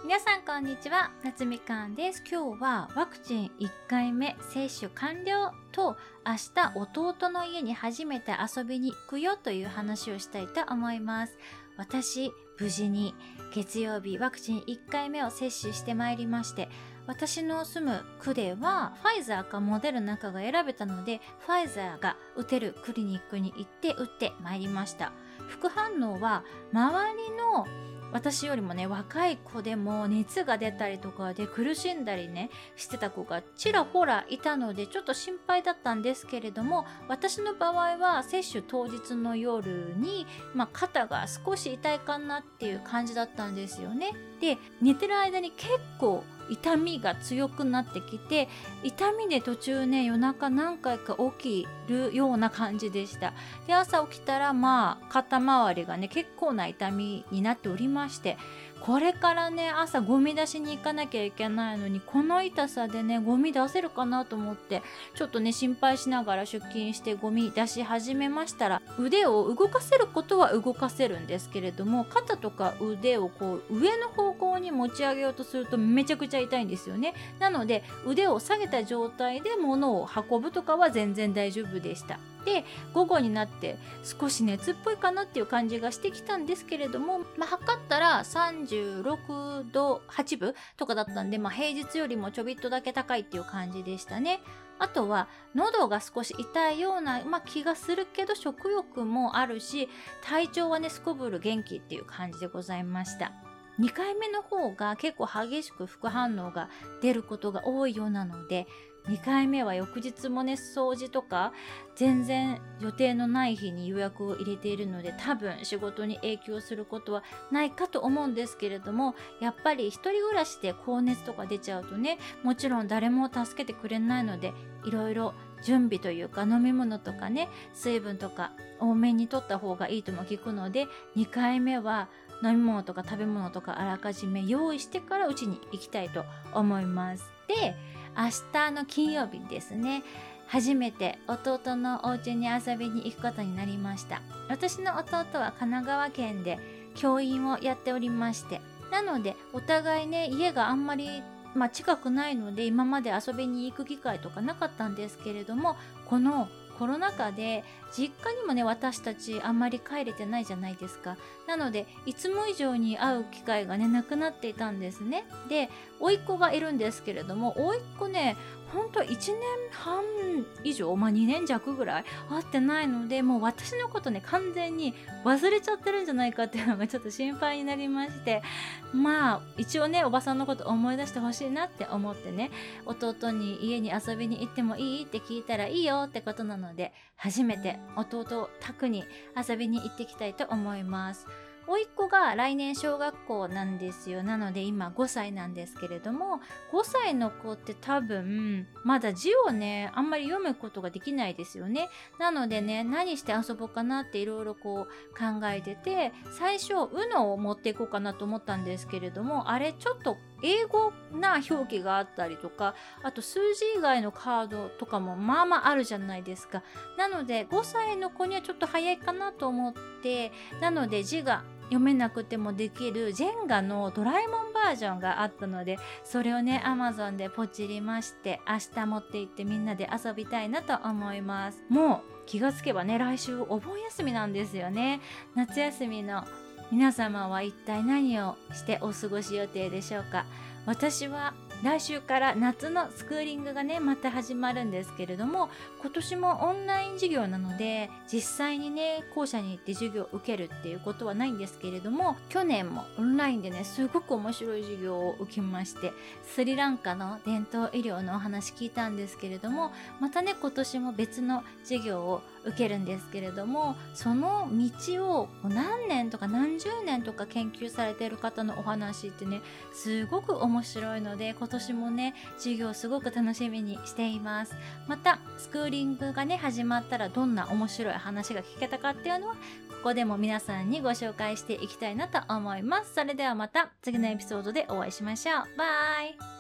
皆さんこんにちは、夏みかんです。今日はワクチン1回目接種完了と明日弟の家に初めて遊びに行くよという話をしたいと思います。私、無事に月曜日ワクチン1回目を接種してまいりまして、私の住む区ではファイザーかモデルナかが選べたので、ファイザーが打てるクリニックに行って打ってまいりました。副反応は周りの私よりもね若い子でも熱が出たりとかで苦しんだりねしてた子がちらほらいたのでちょっと心配だったんですけれども、私の場合は接種当日の夜に、肩が少し痛いかなっていう感じだったんですよね。で、寝てる間に結構痛みが強くなってきて、痛みで途中ね夜中何回か起きるような感じでした。で、朝起きたら肩周りがね結構な痛みになっておりまして、これからね朝ゴミ出しに行かなきゃいけないのにこの痛さでねゴミ出せるかなと思ってちょっとね心配しながら出勤してゴミ出し始めましたら、腕を動かせることは動かせるんですけれども、肩とか腕をこう上の方向に持ち上げようとするとめちゃくちゃ痛いんですよね。なので腕を下げた状態で物を運ぶとかは全然大丈夫でした。で、午後になって少し熱っぽいかなっていう感じがしてきたんですけれども、測ったら36度8分とかだったんで、平日よりもちょびっとだけ高いっていう感じでしたね。あとは喉が少し痛いような、気がするけど食欲もあるし、体調はねすこぶる元気っていう感じでございました。2回目の方が結構激しく副反応が出ることが多いようなので、2回目は翌日もね掃除とか全然予定のない日に予約を入れているので、多分仕事に影響することはないかと思うんですけれども、やっぱり一人暮らしで高熱とか出ちゃうとね、もちろん誰も助けてくれないので、いろいろ準備というか飲み物とかね水分とか多めに取った方がいいとも聞くので、2回目は飲み物とか食べ物とかあらかじめ用意してからうちに行きたいと思います。で、明日の金曜日ですね、初めて弟のお家に遊びに行くことになりました。私の弟は神奈川県で教員をやっておりまして、なのでお互いね家があんまり近くないので今まで遊びに行く機会とかなかったんですけれども、このコロナ禍で実家にもね私たちあんまり帰れてないじゃないですか。なのでいつも以上に会う機会がねなくなっていたんですね。で、甥っ子がいるんですけれども、甥っ子ねほんと1年半以上、2年弱ぐらい会ってないので、もう私のことね完全に忘れちゃってるんじゃないかっていうのがちょっと心配になりまして、一応ねおばさんのこと思い出してほしいなって思ってね、弟に家に遊びに行ってもいいって聞いたらいいよってことなので、初めて弟宅に遊びに行ってきたいと思います。甥っ子が来年小学校なんですよ。なので今5歳なんですけれども、5歳の子って多分まだ字をねあんまり読むことができないですよね。なのでね、何して遊ぼうかなっていろいろ考えてて、最初 UNO を持っていこうかなと思ったんですけれども、あれちょっと英語な表記があったりとか、あと数字以外のカードとかもあるじゃないですか。なので5歳の子にはちょっと早いかなと思って、なので字が読めなくてもできるジェンガのドラえもんバージョンがあったので、それをね Amazon でポチりまして、明日持って行ってみんなで遊びたいなと思います。もう気がつけばね来週お盆休みなんですよね。夏休みの皆様は一体何をしてお過ごし予定でしょうか。私は来週から夏のスクーリングがねまた始まるんですけれども、今年もオンライン授業なので実際にね校舎に行って授業を受けるっていうことはないんですけれども、去年もオンラインでねすごく面白い授業を受けまして、スリランカの伝統医療のお話聞いたんですけれども、またね今年も別の授業を受けるんですけれども、その道を何年とか何十年とか研究されている方のお話ってねすごく面白いので、今年もね授業すごく楽しみにしています。またスクーリングがね始まったらどんな面白い話が聞けたかっていうのはここでも皆さんにご紹介していきたいなと思います。それではまた次のエピソードでお会いしましょう。バイ。